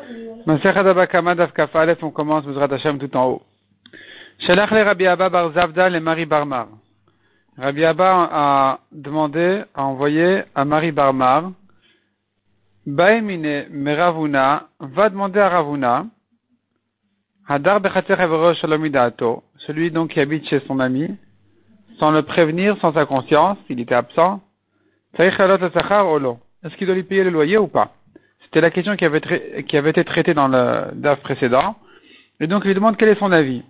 Masechet Baba Kama Daf Kaf Aleph, on commence Bezrat Hashem tout en haut. Shalach le Rabbi Abba bar Zavda le Mari Barmar. Rabbi Abba a demandé, a envoyé à Mari Barmar, Baemine Meravuna, va demander à Ravuna, Hadar Bechatzer Evero Shalom Idato, celui donc qui habite chez son ami, sans le prévenir, sans sa conscience, il était absent. Tzarich Lalot le Sachar Olo. Est-ce qu'il doit lui payer le loyer ou pas? C'était la question qui avait été traitée dans le DAF précédent. Et donc, il lui demande quel est son avis.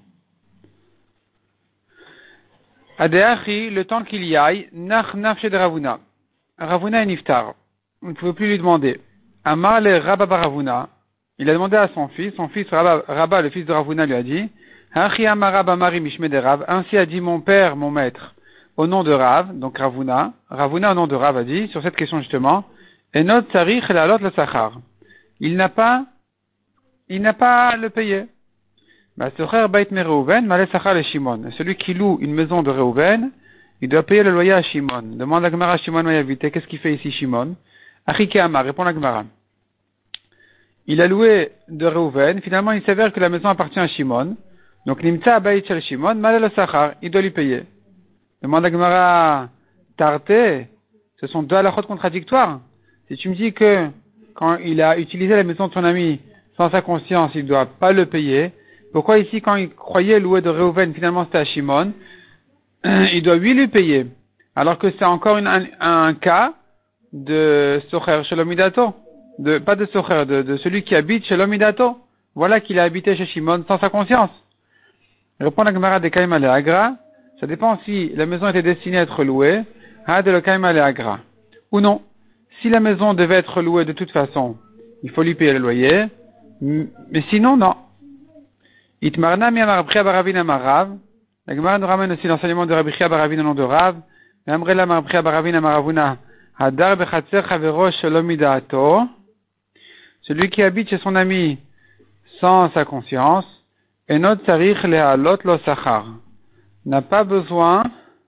Adeachi, le temps qu'il y aille, nach nafshe de Ravuna. Ravuna est niftar. On ne pouvait plus lui demander. Amar le Rabba bar Ravuna. Il a demandé à son fils Rabba, le fils de Ravuna, lui a dit, Hachi amar Rabba mari mishme de Rav. Ainsi a dit mon père, mon maître, au nom de Rav, donc Ravuna. Ravuna au nom de Rav a dit, sur cette question justement, Enot tsarich lalot le sachar. Il n'a pas le payer. Socher bait me Reuven, malé sachar le Shimon. Celui qui loue une maison de Reuven, il doit payer le loyer à Shimon. Demande la Gemara à Shimon Mayavite, qu'est-ce qu'il fait ici Shimon? Achike Amar, répond la Gemara. Il a loué de Reuven, finalement il s'avère que la maison appartient à Shimon. Donc nimtsa bait shel Shimon, malé le sachar, il doit lui payer. Demande la Gemara, Tarte, ce sont deux halakhot contradictoires. Si tu me dis que quand il a utilisé la maison de son ami sans sa conscience, il ne doit pas le payer, pourquoi ici, quand il croyait louer de Reuven, finalement c'était à Shimon, il doit lui payer, alors que c'est encore un cas de Socher Shalom Idato, pas de Socher, de celui qui habite Shalom Idato. Voilà qu'il a habité chez Shimon sans sa conscience. Répond la Gemara de Kaima le Agra, ça dépend si la maison était destinée à être louée, de le Kaima le Agra, ou non. Si la maison devait être louée de toute façon, il faut lui payer le loyer, mais sinon, non. Itmarna mi amar Bria baravin amarav. La Gemara nous ramène aussi l'enseignement de Rabbi Chia baravin au nom de Rav. Amrela amar Bria baravin amaravuna. Hadar bechatzer chavero shalom idaato. Celui qui habite chez son ami sans sa conscience, enot tsarich lehalot lo sachar. N'a pas besoin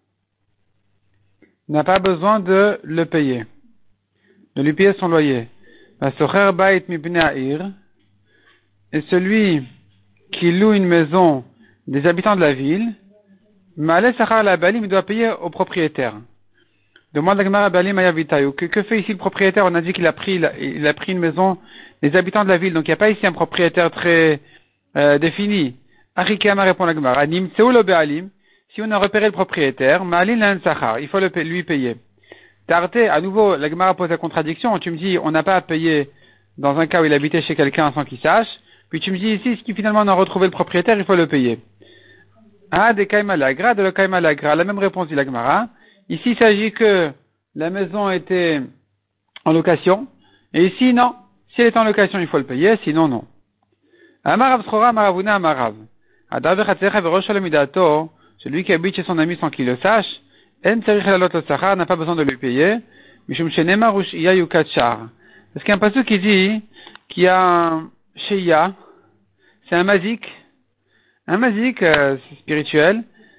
de le payer. De lui payer son loyer. Socher bait mibnei ha'ir. Et celui qui loue une maison des habitants de la ville, malé sachar la balim, il doit payer au propriétaire. Demande la Gemara balim ayavitayu. Que fait ici le propriétaire? On a dit qu'il a pris une maison des habitants de la ville. Donc il n'y a pas ici un propriétaire très défini. Achikama répond la Gemara. Nimtseu lo be'alim. Si on a repéré le propriétaire, malin l'an sachar, il faut lui payer. Tarte, à nouveau, la Gemara pose la contradiction. Tu me dis, on n'a pas à payer dans un cas où il habitait chez quelqu'un sans qu'il sache. Puis tu me dis ici, si finalement on a retrouvé le propriétaire, il faut le payer. De kaima lagra, de le kaima lagra. La même réponse dit la Gemara. Ici, il s'agit que la maison était en location. Et ici, non. Si elle est en location, il faut le payer. Sinon, non. Amarav srora maravuna amarav. Adar vechatzecha veroshalom idato. Celui qui habite chez son ami sans qu'il le sache. En tsarich lalot le sachar, n'a pas besoin de lui payer. Mishum shenema rush iya yukachar. Parce qu'il y a un passage qui dit qu'il y a un sheya, c'est un mazik spirituel,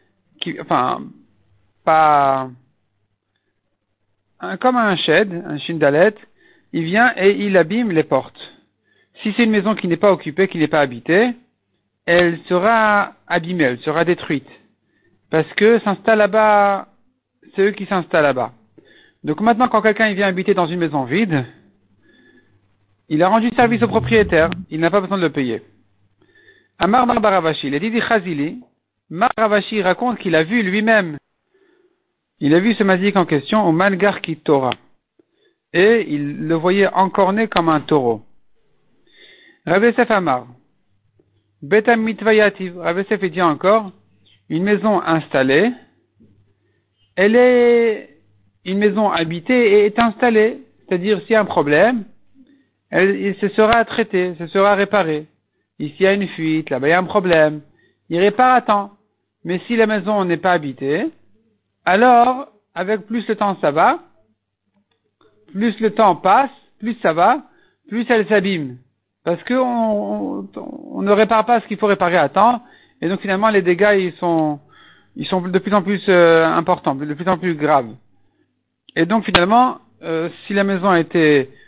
comme un shed, un shindalet, il vient et il abîme les portes. Si c'est une maison qui n'est pas occupée, qui n'est pas habitée, elle sera abîmée, elle sera détruite. Parce que s'installe là-bas, c'est eux qui s'installent là-bas. Donc maintenant, quand quelqu'un vient habiter dans une maison vide, il a rendu service au propriétaire, il n'a pas besoin de le payer. Amar Mar Baravashi, il a dit Chazili, Mar Baravashi raconte qu'il a vu lui-même, il a vu ce mazik en question au Malgar ki Torah, et il le voyait encorné comme un taureau. Rav Yosef Amar, Betam mitvayativ, Rav Yosef dit encore, une maison installée, elle est une maison habitée et est installée. C'est-à-dire, s'il y a un problème, il se sera traité, se sera réparé. Ici, il y a une fuite, là-bas, il y a un problème. Il répare à temps. Mais si la maison n'est pas habitée, alors, avec plus le temps ça va, plus le temps passe, plus ça va, plus elle s'abîme. Parce que on ne répare pas ce qu'il faut réparer à temps, et donc finalement, les dégâts, ils sont de plus en plus importants, de plus en plus graves. Et donc finalement, si la maison a été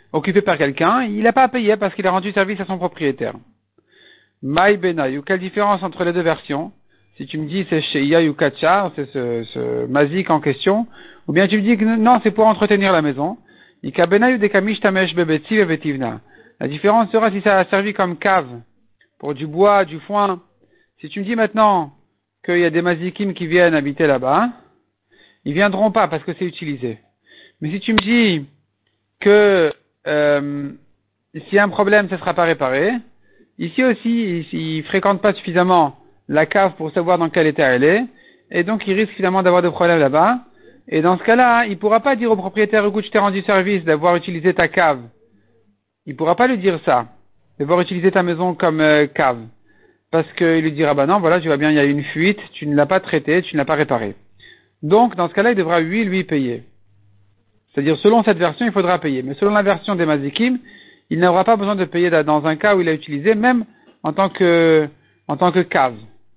occupé par quelqu'un, il n'a pas à payer parce qu'il a rendu service à son propriétaire. Maï Benayou, quelle différence entre les deux versions? Si tu me dis c'est chez Yayu Kacha, c'est ce mazik en question, ou bien tu me dis que non, c'est pour entretenir la maison. Ika Benayou de Kamish Tamesh Bebeti Bebetivna. La différence sera si ça a servi comme cave, pour du bois, du foin. Si tu me dis maintenant qu'il y a des mazikim qui viennent habiter là-bas, ils viendront pas parce que c'est utilisé. Mais si tu me dis que s'il y a un problème, ça ne sera pas réparé, ici aussi, ils fréquentent pas suffisamment la cave pour savoir dans quel état elle est, et donc il risque finalement d'avoir des problèmes là-bas. Et dans ce cas-là, il pourra pas dire au propriétaire, écoute, je t'ai rendu service d'avoir utilisé ta cave. Il pourra pas lui dire ça, d'avoir utilisé ta maison comme cave. Parce qu'il lui dira, bah non, voilà, tu vois bien, il y a une fuite, tu ne l'as pas traité, tu ne l'as pas réparé. Donc, dans ce cas-là, il devra lui payer. C'est-à-dire, selon cette version, il faudra payer. Mais selon la version des Mazikim, il n'aura pas besoin de payer dans un cas où il a utilisé, même en tant que cave.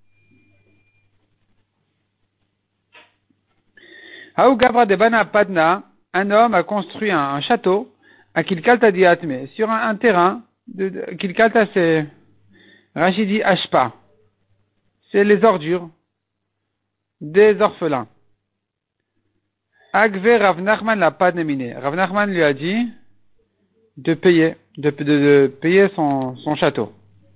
Haou Gavra de Bana Padna, un homme a construit un château à Kilkalta Diatme, sur un terrain Kilkalta, c'est Rachidi Ashpa. C'est les ordures des orphelins. Agve Rav Nachman l'a pas déminé. Rav Nachman lui a dit de payer son château.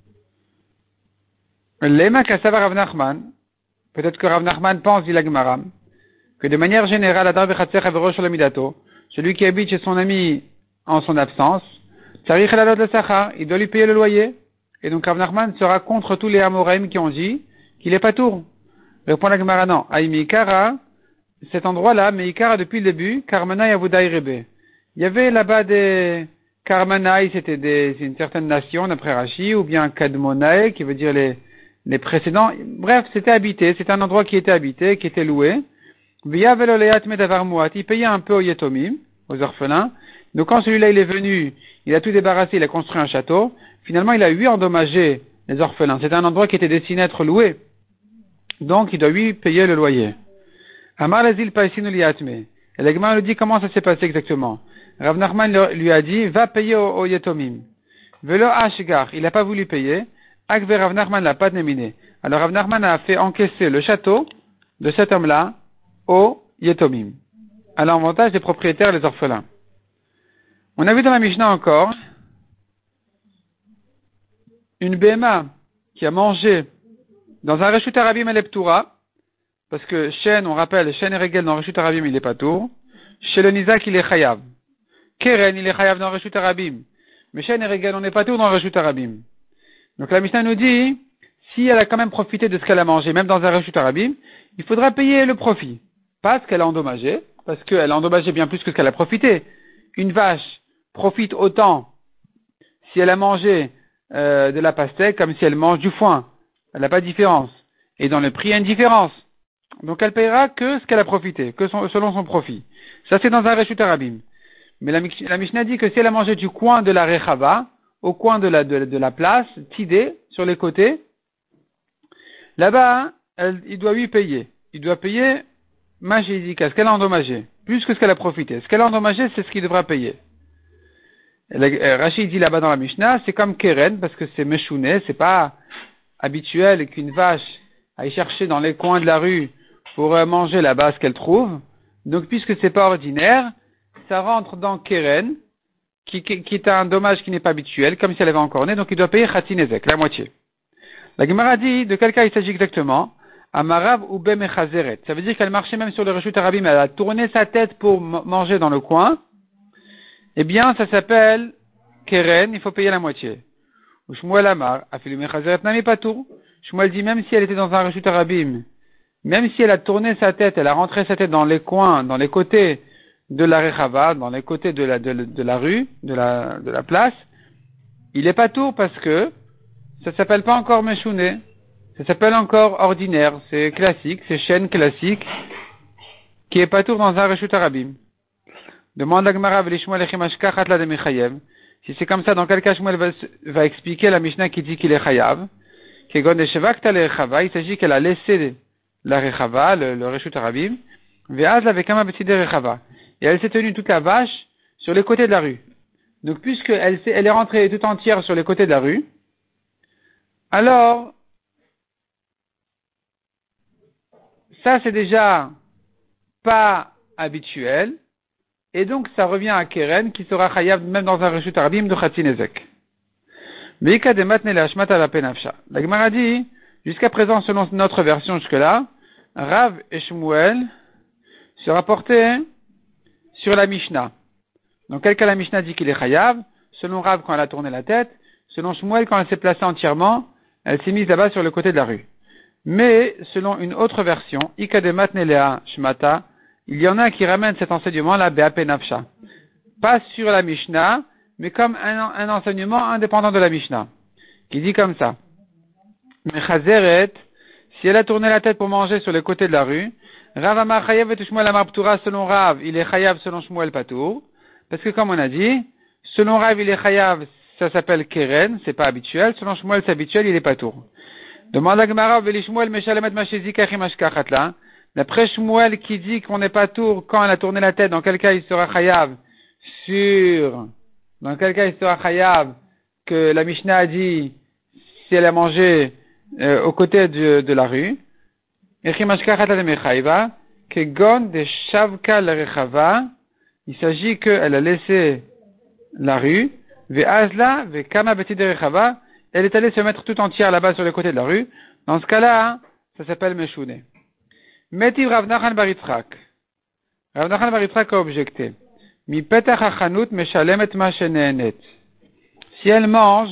Lema Kassava Rav Nachman, peut-être que Rav Nachman pense, dit la Gemara, que de manière générale, Adar Bechatzer Avero Sholamidato, celui qui habite chez son ami en son absence, Tsarich Elalot le Sachar, il doit lui payer le loyer. Et donc Rav Nachman sera contre tous les Amoraim qui ont dit qu'il est pas tour. Répond la Gemara, non. Aïmikara, cet endroit-là, mais Ikara depuis le début, Karmanaï Avoudaï Rebe. Il y avait là-bas des Karmanaï, c'était une certaine nation d'après Rashi, ou bien Kadmonaï, qui veut dire les précédents. Bref, c'était habité, c'était un endroit qui était habité, qui était loué. Via Veloleat Medavar il payait un peu aux Yetomim, aux orphelins. Donc quand celui-là il est venu, il a tout débarrassé, il a construit un château. Finalement, il a endommagé les orphelins. C'était un endroit qui était destiné à être loué. Donc, il doit payer le loyer. Amar l'azil païsinu liatme. Et l'Egmar lui dit comment ça s'est passé exactement. Rav Nachman lui a dit, va payer au Yetomim. Velo ashgar, il n'a pas voulu payer. Akve Rav Nachman l'a pas déminé. Alors Rav Nachman a fait encaisser le château de cet homme-là au Yetomim. À l'avantage des propriétaires, les orphelins. On a vu dans la Mishnah encore une béma qui a mangé dans un Reshut Arabim Eleptura, parce que Shen, on rappelle, Shen et Regel dans Reshut Arabim, il est pas tour. Chez le Nizak, il est Chayav. Keren, il est Chayav dans Reshut Arabim. Mais Shen et Regel, on n'est pas tour dans Reshut Arabim. Donc la Mishnah nous dit, si elle a quand même profité de ce qu'elle a mangé, même dans un Reshut Arabim, il faudra payer le profit. Pas ce qu'elle a endommagé, parce qu'elle a endommagé bien plus que ce qu'elle a profité. Une vache profite autant si elle a mangé de la pastèque comme si elle mange du foin. Elle n'a pas de différence. Et dans le prix, il y a une différence. Donc elle paiera que ce qu'elle a profité, selon son profit. Ça c'est dans un Reshut Arabim. Mais la Mishnah dit que si elle a mangé du coin de la Rechava, au coin de la place, tidé, sur les côtés, là-bas, il doit lui payer. Il doit payer Majidika, ce qu'elle a endommagé, plus que ce qu'elle a profité. Ce qu'elle a endommagé, c'est ce qu'il devra payer. Rachid dit là-bas dans la Mishnah, c'est comme Keren, parce que c'est Meshouné, c'est pas habituel qu'une vache aille chercher dans les coins de la rue pour manger là-bas ce qu'elle trouve. Donc, puisque c'est pas ordinaire, ça rentre dans Keren, qui est un dommage qui n'est pas habituel, comme si elle avait encore né, donc il doit payer Khatinezek, la moitié. La Gemara dit, de quel cas il s'agit exactement? Amarav ou Bemechazeret. Ça veut dire qu'elle marchait même sur le Reshut Arabim, elle a tourné sa tête pour manger dans le coin. Eh bien, ça s'appelle Keren, il faut payer la moitié. Ou Shmuel Amar, Afilu Mechazeret Nami Patour. Shmuel dit, même si elle était dans un Reshut Arabim, même si elle a tourné sa tête, elle a rentré sa tête dans les coins, dans les côtés de la Rechava, dans les côtés de la rue, de la place, il est Patour parce que ça s'appelle pas encore Meshouné. Ça s'appelle encore ordinaire, c'est classique, c'est chaîne classique, qui est Patour dans un Reshut Arabim. Demande la Gemara, si c'est comme ça, dans quel cas Shmuel va expliquer la Mishnah qui dit qu'il est Chayav, il s'agit qu'elle a laissé la Rechava, le Reshut Arabim, et elle s'est tenue toute la vache sur les côtés de la rue. Donc, puisqu'elle elle est rentrée tout entière sur les côtés de la rue, alors, ça c'est déjà pas habituel, et donc ça revient à Keren, qui sera chayav même dans un reshut arbim de Khatinezek. Meika de matne la shmata la penafsha. La Gemara dit, jusqu'à présent, selon notre version jusque-là, Rav et Shmuel se rapportaient sur la Mishnah. Donc, quel cas la Mishnah dit qu'il est chayav, selon Rav quand elle a tourné la tête, selon Shmuel quand elle s'est placée entièrement, elle s'est mise là-bas sur le côté de la rue. Mais, selon une autre version, Ika de matne la shmata, il y en a qui ramènent cet enseignement-là, Be'ape Nafsha. Pas sur la Mishnah, mais comme un enseignement indépendant de la Mishnah. Qui dit comme ça. Mechazeret, si elle a tourné la tête pour manger sur les côtés de la rue, Rav Amar Chayav et Shmuel Amar Ptura, selon Rav, il est Chayav selon Shmuel Patour. Parce que comme on a dit, selon Rav, il est Chayav, ça s'appelle Keren, c'est pas habituel. Selon Shmuel, c'est habituel, il est Patour. Demande à Gemara, Veli Shmuel Meshalemet Mashezi Kachim Ashkachatla. D'après Shmuel qui dit qu'on n'est pas tour quand elle a tourné la tête, dans quel cas il sera chayav dans quel cas il sera chayav que la Mishnah a dit si elle a mangé aux côtés de la rue. Il s'agit qu'elle a laissé la rue, elle est allée se mettre tout entière là-bas sur les côtés de la rue. Dans ce cas-là, ça s'appelle Meshouné. Metiv Rav Nachman bar Yitzchak. Rav Nachman bar Yitzchak a objecté. Mi petach hachanut meshalemet ma sheneenet. Si elle mange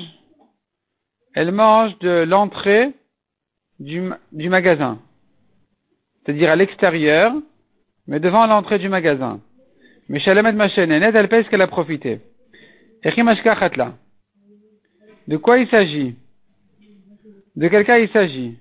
de l'entrée du magasin. C'est-à-dire à l'extérieur, mais devant l'entrée du magasin. Meshalemet ma sheneenet, elle paye ce qu'elle a profité. Echim ashkachatla. De quoi il s'agit? De quel cas il s'agit?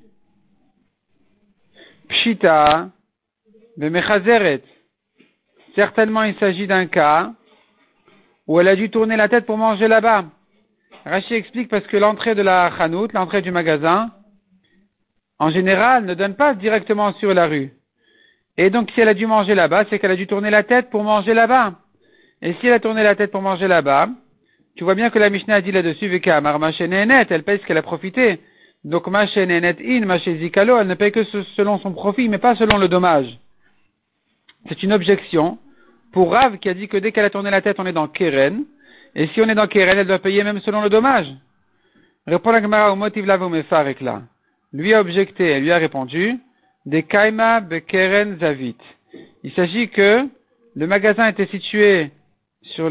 Pshita, Bemechazeret. Certainement, il s'agit d'un cas où elle a dû tourner la tête pour manger là-bas. Rashi explique parce que l'entrée de la chanout, l'entrée du magasin, en général, ne donne pas directement sur la rue. Et donc, si elle a dû manger là-bas, c'est qu'elle a dû tourner la tête pour manger là-bas. Et si elle a tourné la tête pour manger là-bas, tu vois bien que la Mishnah a dit là-dessus, Veka Amar Mashenenet, elle paye ce qu'elle a profité. Donc, Mashenenet in, Mashezikalo, elle ne paye que selon son profit, mais pas selon le dommage. C'est une objection pour Rav qui a dit que dès qu'elle a tourné la tête, on est dans Keren. Et si on est dans Keren, elle doit payer même selon le dommage. Répond la Gemara au motif là, là. Lui a objecté, elle lui a répondu, des Kaima Bekeren Zavit. Il s'agit que le magasin était situé sur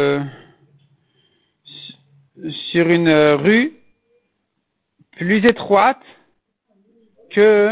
une rue plus étroite que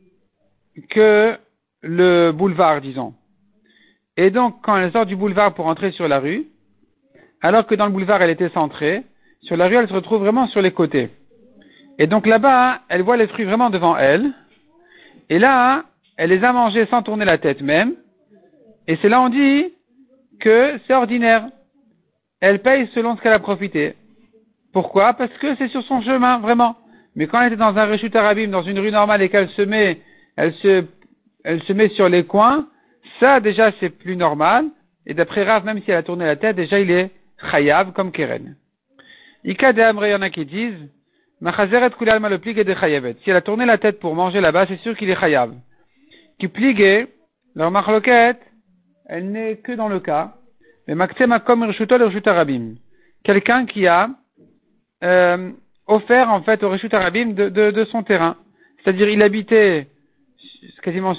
le boulevard, disons. Et donc, quand elle sort du boulevard pour entrer sur la rue, alors que dans le boulevard elle était centrée, sur la rue elle se retrouve vraiment sur les côtés. Et donc là-bas, elle voit les fruits vraiment devant elle, et là, elle les a mangés sans tourner la tête même, et c'est là on dit que c'est ordinaire. Elle paye selon ce qu'elle a profité. Pourquoi? Parce que c'est sur son chemin, vraiment. Mais quand elle était dans un reshut arabim, dans une rue normale, et qu'elle se met sur les coins, ça déjà c'est plus normal. Et d'après Rav, même si elle a tourné la tête, déjà il est chayav comme Keren. Ika de Amre, il y en a qui disent, Machazeret kulal ma le pligue de chayavet. Si elle a tourné la tête pour manger là-bas, c'est sûr qu'il est chayav. Qui pligue, leur machloket, elle n'est que dans le cas, mais maktema comme reshuto le reshut arabim. Quelqu'un qui a offert en fait au reshut arabim de son terrain. C'est-à-dire il habitait quasiment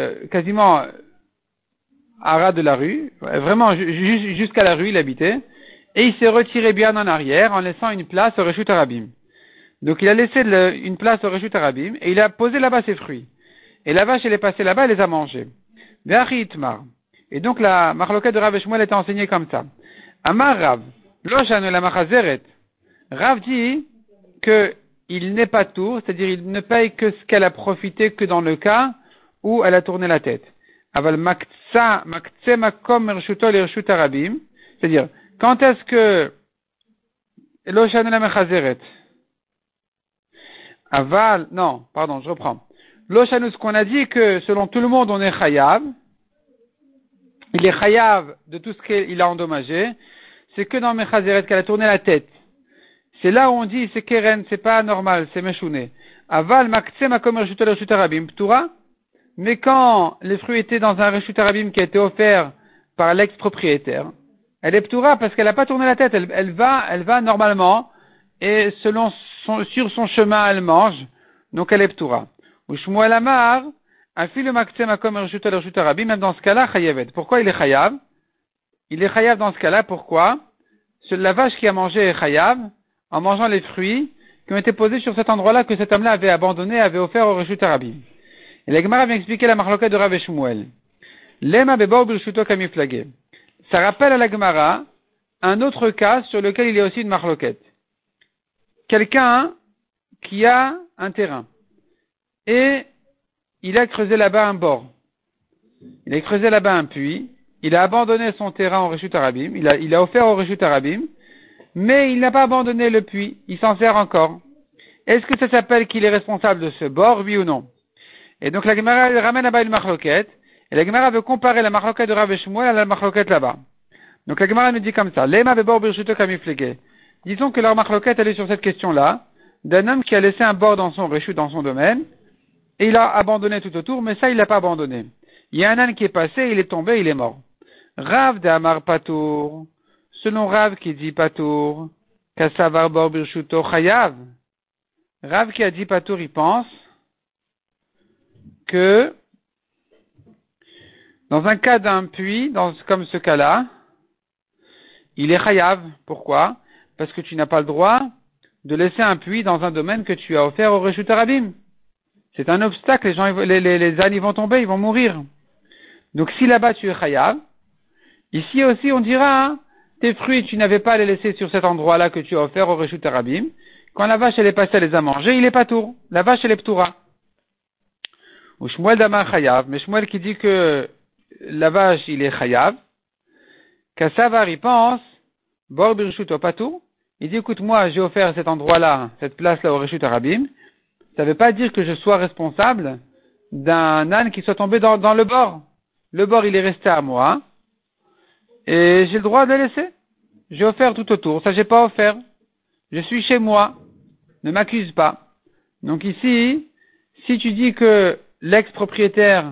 à ras de la rue, vraiment jusqu'à la rue il habitait, et il s'est retiré bien en arrière en laissant une place au reshut arabim. Donc il a laissé une place au reshut arabim et il a posé là-bas ses fruits. Et la vache elle est passée là-bas, elle les a mangés. Ve'achi itmar. Et donc la marloquette de Rav et Shmuel était enseignée comme ça. Amar Rav, loshanu la machazeret. Rav dit que il n'est pas tour, c'est-à-dire il ne paye que ce qu'elle a profité que dans le cas où elle a tourné la tête. Aval maktsema kom reshutol et reshut arabim. C'est-à-dire, quand est-ce que loshanu la machazeret? Aval, non, pardon, je reprends. Loshanu, ce qu'on a dit que selon tout le monde on est chayav, il est chayav de tout ce qu'il a endommagé, c'est que dans Mechazeret qu'elle a tourné la tête. C'est là où on dit c'est keren, c'est pas normal, c'est meshouné. Aval maktsem makom reshut reshut arabim ptura. Mais quand les fruits étaient dans un reshut arabim qui a été offert par l'ex-propriétaire, elle est ptura parce qu'elle n'a pas tourné la tête. Elle va normalement et sur son chemin elle mange. Donc elle est ptura. Ou Shmuel Amar, afil maktsem makom reshut reshut arabim. Même dans ce cas-là, chayavet. Pourquoi il est chayav? Il est chayav dans ce cas-là. Pourquoi? La vache qui a mangé est chayav en mangeant les fruits qui ont été posés sur cet endroit-là que cet homme-là avait abandonné, avait offert au reshut arabim. Et la Gemara vient expliquer la marloquette de Rav et Shmuel. Lema bebor birshuto kamiflagé. Ça rappelle à la Gemara un autre cas sur lequel il y a aussi une marloquette. Quelqu'un qui a un terrain et il a creusé là-bas un bord. Il a creusé là-bas un puits. Il a abandonné son terrain au reshut arabim. Il a offert au reshut arabim. Mais il n'a pas abandonné le puits, il s'en sert encore. Est-ce que ça s'appelle qu'il est responsable de ce bord, oui ou non? Et donc la Gemara ramène là-bas une marloquette, et la Gemara veut comparer la marloquette de Rav et Shmuel à la marloquette là-bas. Donc la Gemara nous dit comme ça, Lema bebor birshuto kamiflege. Disons que leur marloquette elle est sur cette question-là, d'un homme qui a laissé un bord dans son reshut, dans son domaine, et il a abandonné tout autour, mais ça il l'a pas abandonné. Il y a un âne qui est passé, il est tombé, il est mort. Rav de Amar Patour. Selon Rav qui dit Patour, Kassavar bor birshuto chayav. Rav qui a dit Patour, il pense que dans un cas d'un puits, comme ce cas-là, il est chayav. Pourquoi? Parce que tu n'as pas le droit de laisser un puits dans un domaine que tu as offert au reshut arabim. C'est un obstacle, les ânes ils vont tomber, ils vont mourir. Donc si là-bas tu es chayav, ici aussi on dira, tes fruits, tu n'avais pas à les laisser sur cet endroit-là que tu as offert au reshut arabim. Quand la vache, elle est passée, elle les a mangés, il est patour. La vache, elle est ptoura. Ou Shmuel damar chayav. Mais Shmuel qui dit que la vache, il est chayav. Kassavar, il pense, bor birshuto patour. Il dit, écoute, moi, j'ai offert cet endroit-là, cette place-là au reshut arabim. Ça ne veut pas dire que je sois responsable d'un âne qui soit tombé dans le bord. Le bord, il est resté à moi. Et j'ai le droit de le laisser. J'ai offert tout autour. Ça, j'ai pas offert. Je suis chez moi. Ne m'accuse pas. Donc ici, si tu dis que l'ex-propriétaire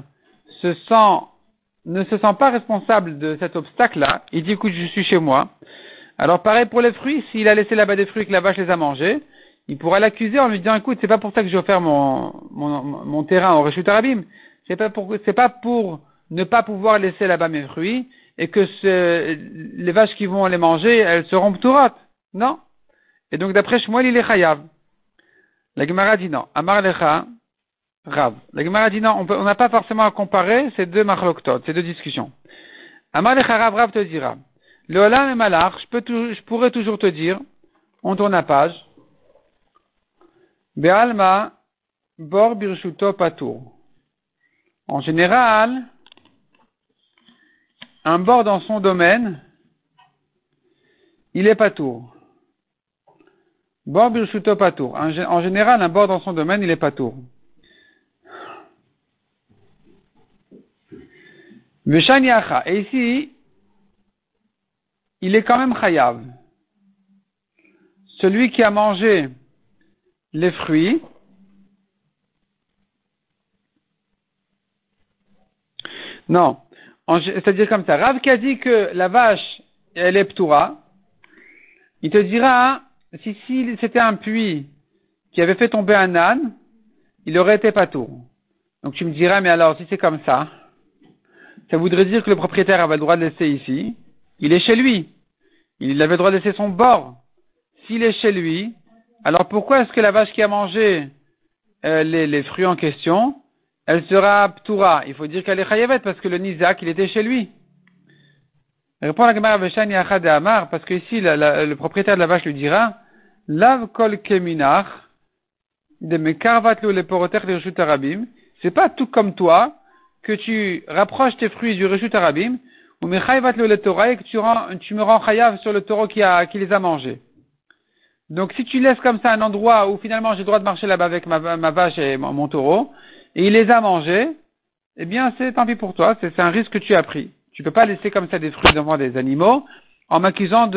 ne se sent pas responsable de cet obstacle-là, il dit, écoute, je suis chez moi. Alors pareil pour les fruits, s'il a laissé là-bas des fruits et que la vache les a mangés, il pourra l'accuser en lui disant, écoute, c'est pas pour ça que j'ai offert mon terrain au reshut arabim. C'est pas pour ne pas pouvoir laisser là-bas mes fruits, et que les vaches qui vont les manger, elles seront pturat. Non. Et donc d'après Shmuel, il est chayav. La Gemara dit non. Amar lecha, Rav. La Gemara dit non, on n'a pas forcément à comparer ces deux machloktot, ces deux discussions. Amar lecha Rav, Rav te dira. Le olam et malach, je pourrais toujours te dire, on tourne la page. Be'alma, bor birshuto patour. En général, un bord dans son domaine, il est patour. Bord birshuto patour. En général, un bord dans son domaine, il est patour. Veshaniacha. Et ici, il est quand même chayav. Celui qui a mangé les fruits, non. C'est-à-dire comme ça. Rav qui a dit que la vache, elle est ptoura, il te dira, si c'était un puits qui avait fait tomber un âne, il aurait été patour. Donc tu me diras, mais alors, si c'est comme ça voudrait dire que le propriétaire avait le droit de laisser ici. Il est chez lui. Il avait le droit de laisser son bord. S'il est chez lui, alors pourquoi est-ce que la vache qui a mangé les fruits en question, elle sera ptoura? Il faut dire qu'elle est chayavet parce que le nizak, il était chez lui. Répond la Gemara Veshani Achad de Amar, parce que ici, le propriétaire de la vache lui dira, Lav kol keminach, de mekarvatlo le poroter de reshut arabim. C'est pas tout comme toi, que tu rapproches tes fruits du reshut arabim, ou mechayvatlo le Torah, et que tu me rends chayav sur le taureau qui les a mangés. Donc si tu laisses comme ça un endroit où finalement j'ai le droit de marcher là-bas avec ma vache et mon taureau, et il les a mangés, eh bien c'est tant pis pour toi, c'est un risque que tu as pris. Tu peux pas laisser comme ça des fruits devant des animaux, en m'accusant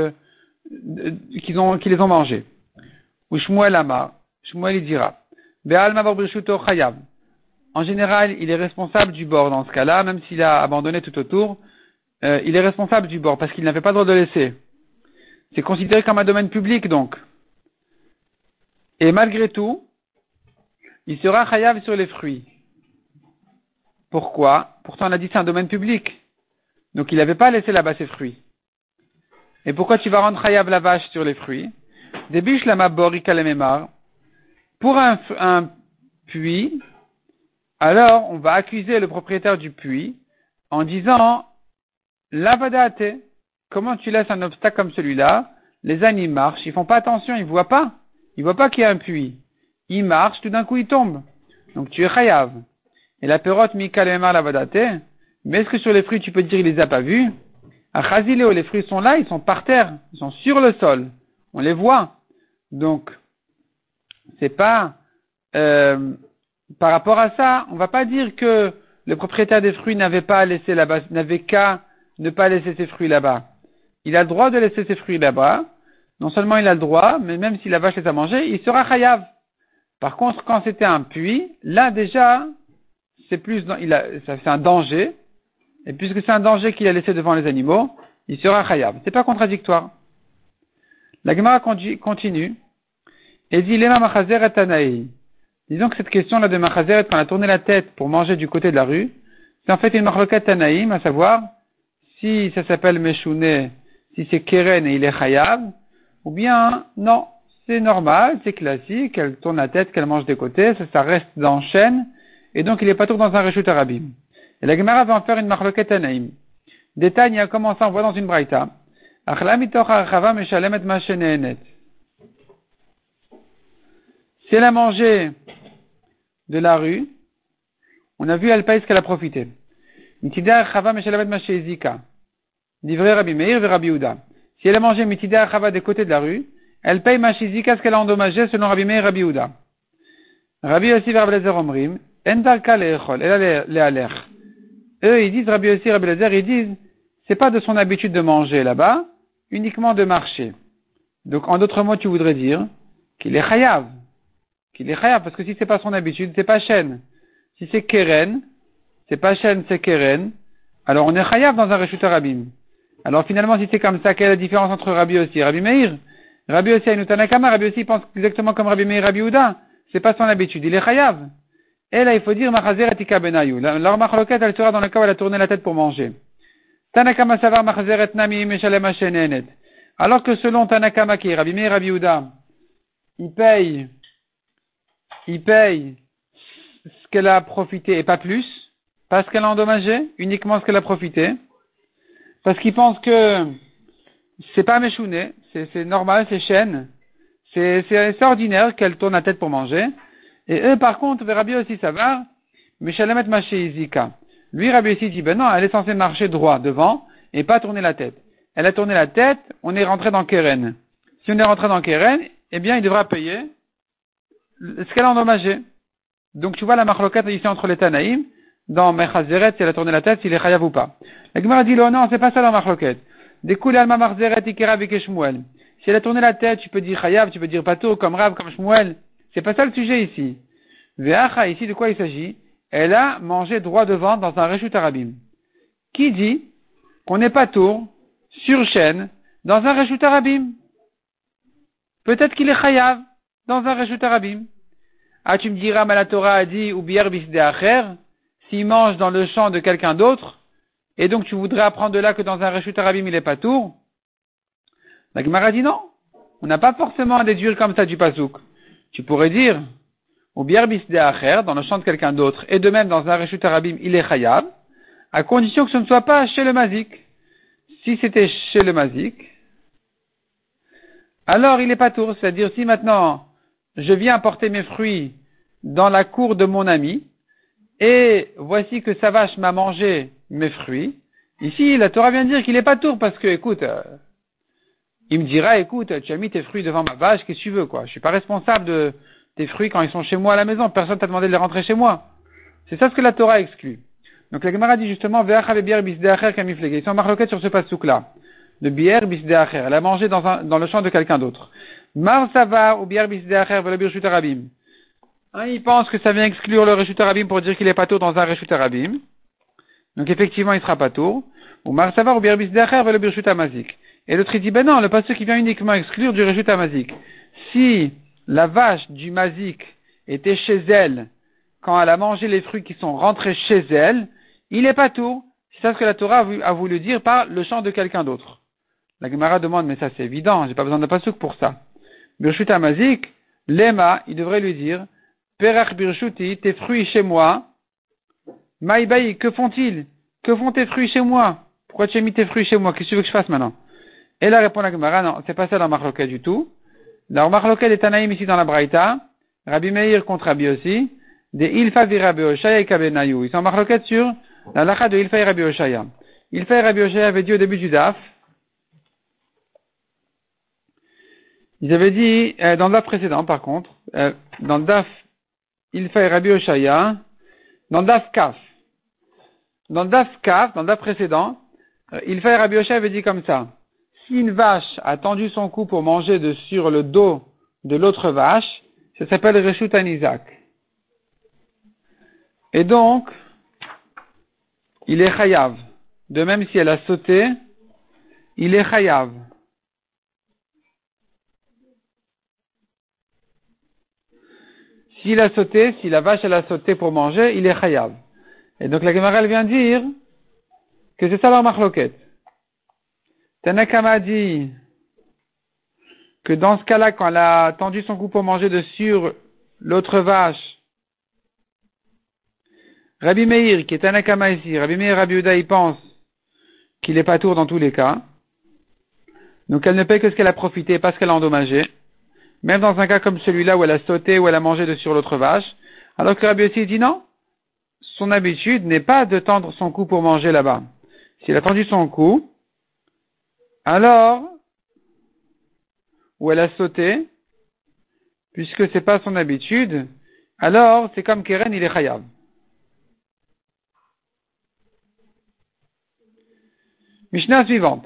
qu'ils les ont mangés. Ou Shmuel Amar, Shmuel il dira, Be'al Mavar Brishuto Chayav. En général, il est responsable du bord dans ce cas-là, même s'il a abandonné tout autour, il est responsable du bord parce qu'il n'avait pas le droit de le laisser. C'est considéré comme un domaine public donc. Et malgré tout, il sera chayav sur les fruits. Pourquoi? Pourtant on a dit c'est un domaine public. Donc il n'avait pas laissé là-bas ses fruits. Et pourquoi tu vas rendre chayav la vache sur les fruits? Débiche la maborika le memar. Pour un puits, alors on va accuser le propriétaire du puits en disant lavadate, comment tu laisses un obstacle comme celui-là? Les ânes ils marchent, ils font pas attention, ils voient pas qu'il y a un puits. Ils marchent, tout d'un coup ils tombent. Donc tu es chayav. Et la perote mika le memar lavadate. Mais est-ce que sur les fruits tu peux dire il les a pas vus? À Chazileo, les fruits sont là, ils sont par terre, ils sont sur le sol. On les voit. Donc, c'est pas, par rapport à ça, on va pas dire que le propriétaire des fruits n'avait qu'à ne pas laisser ses fruits là-bas. Il a le droit de laisser ses fruits là-bas. Non seulement il a le droit, mais même si la vache les a mangés, il sera chayav. Par contre, quand c'était un puits, là déjà, c'est un danger. Et puisque c'est un danger qu'il a laissé devant les animaux, il sera chayav. C'est pas contradictoire. La Gemara continue. Et dit, Lema Machazeret Tanaï. Disons que cette question-là de Machazeret, quand on a tourné la tête pour manger du côté de la rue, c'est en fait une Machloket Tanaïm, à savoir, si ça s'appelle Meshouné, si c'est Keren et il est chayav, ou bien, non, c'est normal, c'est classique, elle tourne la tête, qu'elle mange des côtés, ça reste dans le chêne, et donc il est pas tout dans un Reshut Arabim. Et la Gemara va en faire une Machloket Tanaïm. Détail, il a commencé, on voit dans une braïta. Achla mitoch ha'achava meshalemet ma shenehenet. Si elle a mangé de la rue, on a vu elle paye ce qu'elle a profité. Mitida ha'achava meshalemet ma shezika. Divrei Rabbi Meir ve Rabbi Yehuda. Si elle a mangé mitida ha'achava des côtés de la rue, elle paye ma shezika ce qu'elle a endommagé selon Rabbi Meir et Rabbi Yehuda. Rabbi Yossi ve Rabbi Lezer omrim, en darka le'echol, elle a le'aler. Eux, ils disent, Rabbi Yossi et Rabbi Lezer, ils disent, c'est pas de son habitude de manger là-bas, uniquement de marcher. Donc, en d'autres mots, tu voudrais dire qu'il est chayav. Parce que si c'est pas son habitude, c'est pas chêne. Si c'est keren, c'est pas chêne, c'est keren, alors on est chayav dans un reshut harabim. Alors finalement, si c'est comme ça, quelle est la différence entre Rabbi Yossi et Rabbi Meir? Rabbi Yossi a une tanakama, Rabbi Yossi pense exactement comme Rabbi Meir et Rabbi Yehuda. C'est pas son habitude, il est chayav. Et là, il faut dire machazer etika benayu. Leur machloket, elle sera dans le cas où elle a tourné la tête pour manger. Tanakama savar machazer et nami meshalem hashenenet. Alors que selon Tanakama qui est Rabbi Meir et Rabbi Yehuda, il paye ce qu'elle a profité et pas plus, pas ce qu'elle a endommagé, uniquement ce qu'elle a profité, parce qu'ils pensent que c'est pas méchouné, c'est normal, c'est chêne, c'est ordinaire qu'elle tourne la tête pour manger. Et eux, par contre, Rabbi aussi savoir, Meshalemet Maché Izika. Lui, Rabbi aussi dit, ben non, elle est censée marcher droit devant et pas tourner la tête. Elle a tourné la tête, on est rentré dans Keren. Si on est rentré dans Keren, eh bien, il devra payer ce qu'elle a endommagé. Donc, tu vois la marloquette ici entre les Tanaïm, dans Mechazeret, si elle a tourné la tête, s'il est chayav ou pas. La Gemara dit, non, c'est pas ça la marloquette. Découle Alma Marzeret Ikera Beke Shmuel. Si elle a tourné la tête, tu peux dire chayav, tu peux dire pato, comme Rav, comme Shmuel. C'est pas ça le sujet ici. Ve'acha, ici, de quoi il s'agit? Elle a mangé droit devant dans un reshut harabim. Qui dit qu'on n'est pas tour, sur chaîne, dans un reshut harabim? Peut-être qu'il est chayav dans un reshut harabim. Ah, tu me diras, mais la Torah a dit, ou bier bisde acher, s'il mange dans le champ de quelqu'un d'autre, et donc tu voudrais apprendre de là que dans un reshut harabim il est pas tour? La Gemara dit non. On n'a pas forcément à déduire comme ça du pasouk. Tu pourrais dire, ou bier bisde acher, dans le champ de quelqu'un d'autre, et de même dans un reshut harabim il est chayav, à condition que ce ne soit pas chez le mazik. Si c'était chez le mazik, alors il est pas tour. C'est-à-dire, si maintenant, je viens apporter mes fruits dans la cour de mon ami, et voici que sa vache m'a mangé mes fruits, ici, la Torah vient de dire qu'il est pas tour, parce que, écoute, il me dira, écoute, tu as mis tes fruits devant ma vache, qu'est-ce que tu veux, quoi? Je suis pas responsable de tes fruits quand ils sont chez moi à la maison, personne t'a demandé de les rentrer chez moi. C'est ça ce que la Torah exclut. Donc la Gemara dit justement, ils sont marloquettes sur ce pasouk-là. de bière bisdeacher. Elle a mangé dans le champ de quelqu'un d'autre. Mar sava ou bière bisdeacher velo birshut arabim. Il pense que ça vient exclure le reshut arabim pour dire qu'il est patour dans un reshut arabim. Donc effectivement, il sera patour. Ou mar sava ou bière bisdeacher velo birshut amazik. Et l'autre il dit, ben non, le pasuk qui vient uniquement exclure du reshut amazik. Si la vache du mazik était chez elle, quand elle a mangé les fruits qui sont rentrés chez elle, il est patour. C'est ça ce que la Torah a voulu dire par le champ de quelqu'un d'autre. La Gemara demande, mais ça c'est évident, j'ai pas besoin de pasuk pour ça. Birshut amazik, lema, il devrait lui dire, perach birshuti, tes fruits chez moi, maïbaï, que font-ils? Que font tes fruits chez moi? Pourquoi tu as mis tes fruits chez moi? Qu'est-ce que tu veux que je fasse maintenant? Et là répond la Gemara, non, c'est pas ça la marloquette du tout. La marloquette est Tanaïm ici dans la Braïta, Rabbi Meir contre Rabbi aussi, des Ilfa vi Rabbi Oshaya et Kabenayou. Ils sont en marloquette sur la lacha de Ilfa et Rabbi Oshaya. Ilfa et Rabbi Oshaya avaient dit au début du Daf, ils avaient dit, dans le Daf précédent par contre, dans le Daf Ilfa et Rabbi Oshaya, dans le Daf Kaf. Dans le Daf Kaf, dans le Daf précédent, Ilfa et Rabbi Oshaya avaient dit comme ça. Si une vache a tendu son cou pour manger sur le dos de l'autre vache, ça s'appelle Reshut Anizak. Et donc, il est chayav. De même si elle a sauté, il est chayav. S'il a sauté, si la vache elle a sauté pour manger, il est chayav. Et donc la Gemara elle vient dire que c'est ça leur marloquette. Tanakama dit que dans ce cas-là, quand elle a tendu son cou pour manger sur l'autre vache, Rabbi Meir, qui est Tanakama ici, Rabbi Meir, Rabbi Uda, il pense qu'il est patour dans tous les cas. Donc elle ne paie que ce qu'elle a profité, pas ce qu'elle a endommagé. Même dans un cas comme celui-là où elle a sauté, où elle a mangé sur l'autre vache. Alors que Rabbi aussi dit non. Son habitude n'est pas de tendre son cou pour manger là-bas. S'il a tendu son cou, alors, où elle a sauté, puisque c'est pas son habitude, alors c'est comme Keren, il est chayav. Mishnah suivante.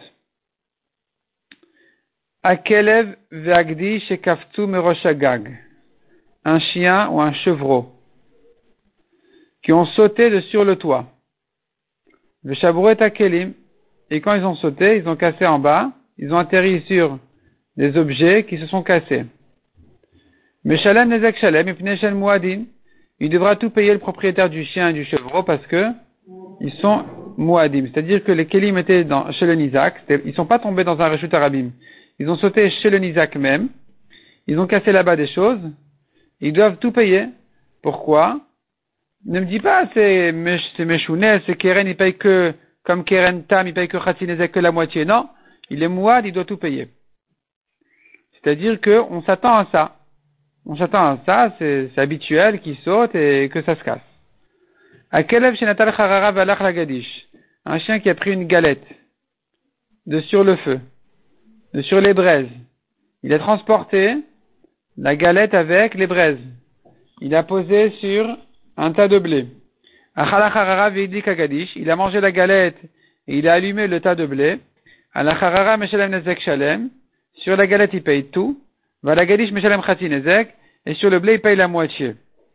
Akelev ve'agdi shekaftu meroshagag. Un chien ou un chevreau qui ont sauté de sur le toit. Ve'shabrouet akelim. Et quand ils ont sauté, ils ont cassé en bas, ils ont atterri sur des objets qui se sont cassés. Meshalem nezek shalem ipnei shel muadin. Il devra tout payer le propriétaire du chien et du chevreau parce que ils sont muadim. C'est-à-dire que les kelim étaient chez le nizak. Ils sont pas tombés dans un reshut arabim. Ils ont sauté chez le nizak même. Ils ont cassé là-bas des choses. Ils doivent tout payer. Pourquoi? Ne me dis pas, c'est meshounet, c'est keren, il paye que comme Keren Tam, il paye que Khatsinezek que la moitié. Non, il est mouad, il doit tout payer. C'est-à-dire qu'on s'attend à ça. On s'attend à ça, c'est habituel qu'il saute et que ça se casse. Akelev shenatal charara valach lagadish. Un chien qui a pris une galette de sur le feu, de sur les braises. Il a transporté la galette avec les braises. Il a posé sur un tas de blé. Il a mangé la galette et il a allumé le tas de blé. Sur la galette, il paye tout. Et sur le blé, il paye la moitié.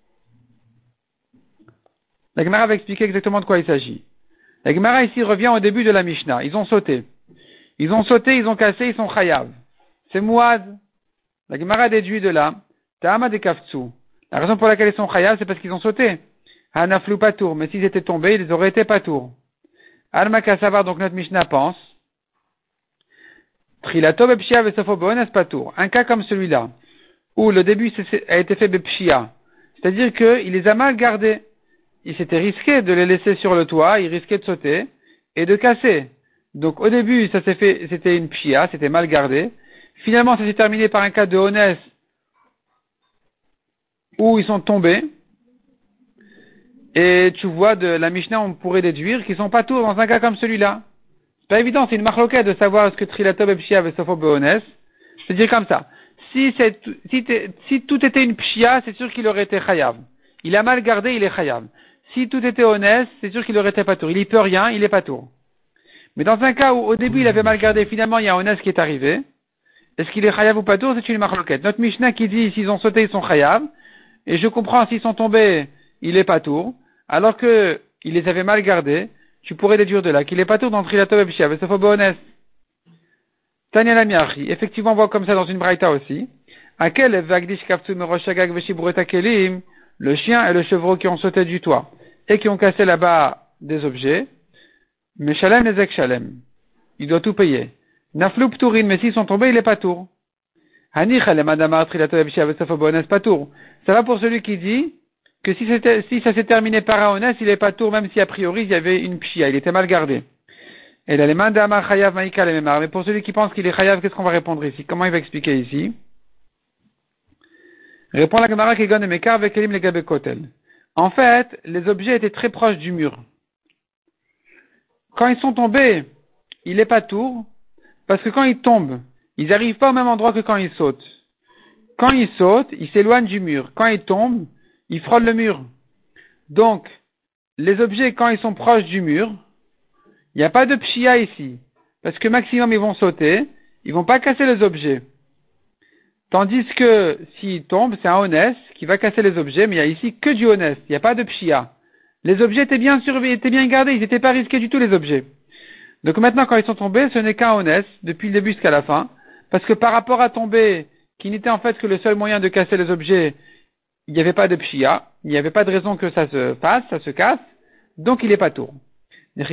La Gemara va expliquer exactement de quoi il s'agit. La Gemara ici revient au début de la Mishnah. Ils ont sauté. Ils ont cassé, ils sont chayav. C'est mouad. La Gemara déduit de là. Ta'ama de kaftsou. La raison pour laquelle ils sont chayav, c'est parce qu'ils ont sauté. Hanaflou patour, mais s'ils étaient tombés, ils auraient été patour. Alma Kassavar, donc notre Mishnah pense. Trilato bepshia vesofo beones patour. Un cas comme celui-là, où le début a été fait bepshia, c'est-à-dire qu'il les a mal gardés. Il s'était risqué de les laisser sur le toit, il risquait de sauter et de casser. Donc au début, c'était une pshia, c'était mal gardé. Finalement, ça s'est terminé par un cas de honest où ils sont tombés. Et tu vois, de la Mishnah, on pourrait déduire qu'ils sont pas tous dans un cas comme celui-là. C'est pas évident, c'est une marloquette de savoir est-ce que Trilatob et Pshia avec Sofo Beones. C'est dire comme ça. Si tout était une Pshia, c'est sûr qu'il aurait été Chayav. Il a mal gardé, il est Chayav. Si tout était honnête, c'est sûr qu'il aurait été Patour. Il y peut rien, il est Patour. Mais dans un cas où au début il avait mal gardé, finalement il y a un ones qui est arrivé, est-ce qu'il est chayav ou patour? C'est une marloquette. Notre Mishnah qui dit s'ils ont sauté ils sont chayav, et je comprends s'ils sont tombés il est patour, alors que il les avait mal gardés, tu pourrais déduire de là qu'il est patour dans Trilato et B'Shiav, et ça faut bonnes. Tanya la miachi. Effectivement on voit comme ça dans une braïta aussi. Akel vagdish kaftu meroshagag veshibrueta kelim, le chien et le chevreau qui ont sauté du toit et qui ont cassé là-bas des objets. Mais shalem nezek shalem. Il doit tout payer. Naflu pturin, mais s'ils sont tombés, il est patour. Hanich ale madamar trilato ebshiav safobones patour. Ça va pour celui qui dit que si ça s'est terminé par un ones, il est patour, même si a priori il y avait une pshia, il était mal gardé. Et là, les madamar chayav maïka le memar. Mais pour celui qui pense qu'il est chayav, qu'est-ce qu'on va répondre ici? Comment il va expliquer ici? Répond la Gemara qui gagne Mekar avec Elim le Gabe Kotel. En fait, les objets étaient très proches du mur. Quand ils sont tombés, il est patour, parce que quand ils tombent, ils n'arrivent pas au même endroit que quand ils sautent. Quand ils sautent, ils s'éloignent du mur. Quand ils tombent, ils frôlent le mur. Donc, les objets, quand ils sont proches du mur, il n'y a pas de pshia ici. Parce que maximum, ils vont sauter, ils vont pas casser les objets. Tandis que s'ils tombent, c'est un ones qui va casser les objets, mais il y a ici que du ones, il n'y a pas de pshia. Les objets étaient bien surveillés, étaient bien gardés, ils n'étaient pas risqués du tout les objets. Donc maintenant quand ils sont tombés, ce n'est qu'un ones, depuis le début jusqu'à la fin, parce que par rapport à tomber, qui n'était en fait que le seul moyen de casser les objets, il n'y avait pas de pshia, il n'y avait pas de raison que ça se fasse, ça se casse, donc il est pas tour. Car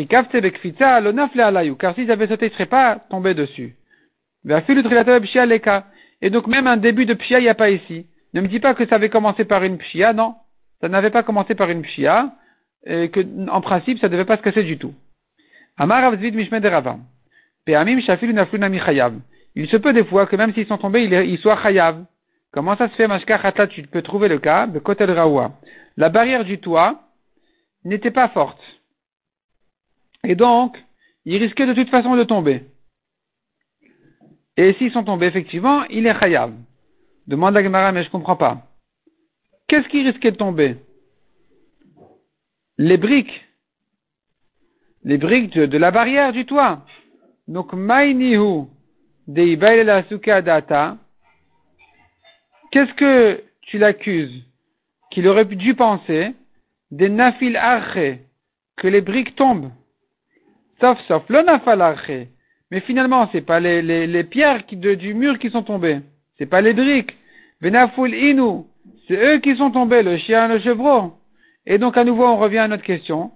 s'ils avaient sauté, ils ne seraient pas tombés dessus. Et donc même un début de pshia, il n'y a pas ici. Ne me dis pas que ça avait commencé par une pshia, non. Ça n'avait pas commencé par une pshia, et que, en principe, ça ne devait pas se casser du tout. Il se peut des fois que même s'ils sont tombés, ils soient chayav. Comment ça se fait, Mashkachatla, tu peux trouver le cas de Kotel Raoua. La barrière du toit n'était pas forte. Et donc, ils risquaient de toute façon de tomber. Et s'ils sont tombés, effectivement, il est chayav. Demande à Gemara, mais je comprends pas. Qu'est-ce qui risquait de tomber? Les briques de la barrière du toit. Donc, maïnihu deibaïle la suka data. Qu'est-ce que tu l'accuses? Qu'il aurait dû penser des nafil arche, que les briques tombent. Sauf, le nafal arche. Mais finalement, c'est pas les pierres du mur qui sont tombées. C'est pas les briques. Venaful inu. C'est eux qui sont tombés, le chien, le chevreau. Et donc, à nouveau, on revient à notre question.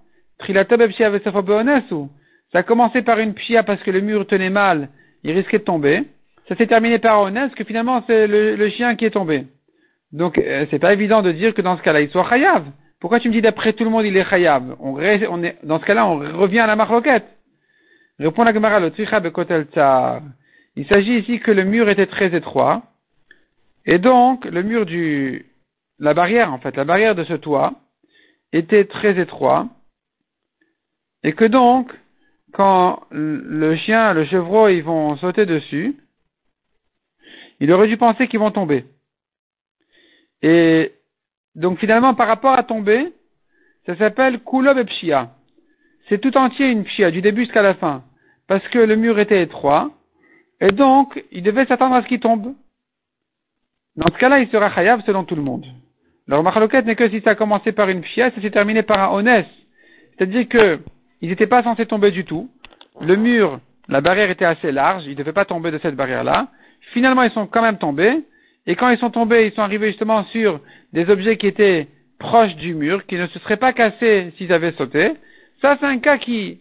Ça a commencé par une pshia parce que le mur tenait mal, il risquait de tomber. Ça s'est terminé par honnête que finalement, c'est le chien qui est tombé. Donc, c'est pas évident de dire que dans ce cas-là, il soit chayav. Pourquoi tu me dis d'après tout le monde, il est chayav? Dans ce cas-là, on revient à la marloquette. Répond la Gemara, le Tzricha Bekotel Tsar. Il s'agit ici que le mur était très étroit. Et donc, le mur la barrière de ce toit était très étroit. Et que donc, quand le chien, le chevreau, ils vont sauter dessus, il aurait dû penser qu'ils vont tomber. Et donc, finalement, par rapport à tomber, ça s'appelle Kulob et Pshia. C'est tout entier une pshia, du début jusqu'à la fin. Parce que le mur était étroit. Et donc, il devait s'attendre à ce qu'il tombe. Dans ce cas-là, il sera chayav selon tout le monde. Leur machaloket n'est que si ça a commencé par une pshia, ça s'est terminé par un ones. C'est-à-dire que, ils n'étaient pas censés tomber du tout. Le mur, la barrière était assez large, ils ne devaient pas tomber de cette barrière-là. Finalement, ils sont quand même tombés. Et quand ils sont tombés, ils sont arrivés justement sur des objets qui étaient proches du mur, qui ne se seraient pas cassés s'ils avaient sauté. Ça, c'est un cas qui...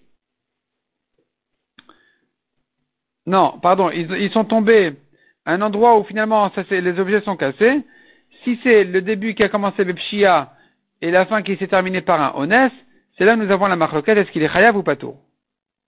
Non, pardon, ils sont tombés à un endroit où finalement les objets sont cassés. Si c'est le début qui a commencé avec Pshia et la fin qui s'est terminée par un Ones, c'est là où nous avons la marloquette, est-ce qu'il est chayav ou pas tout?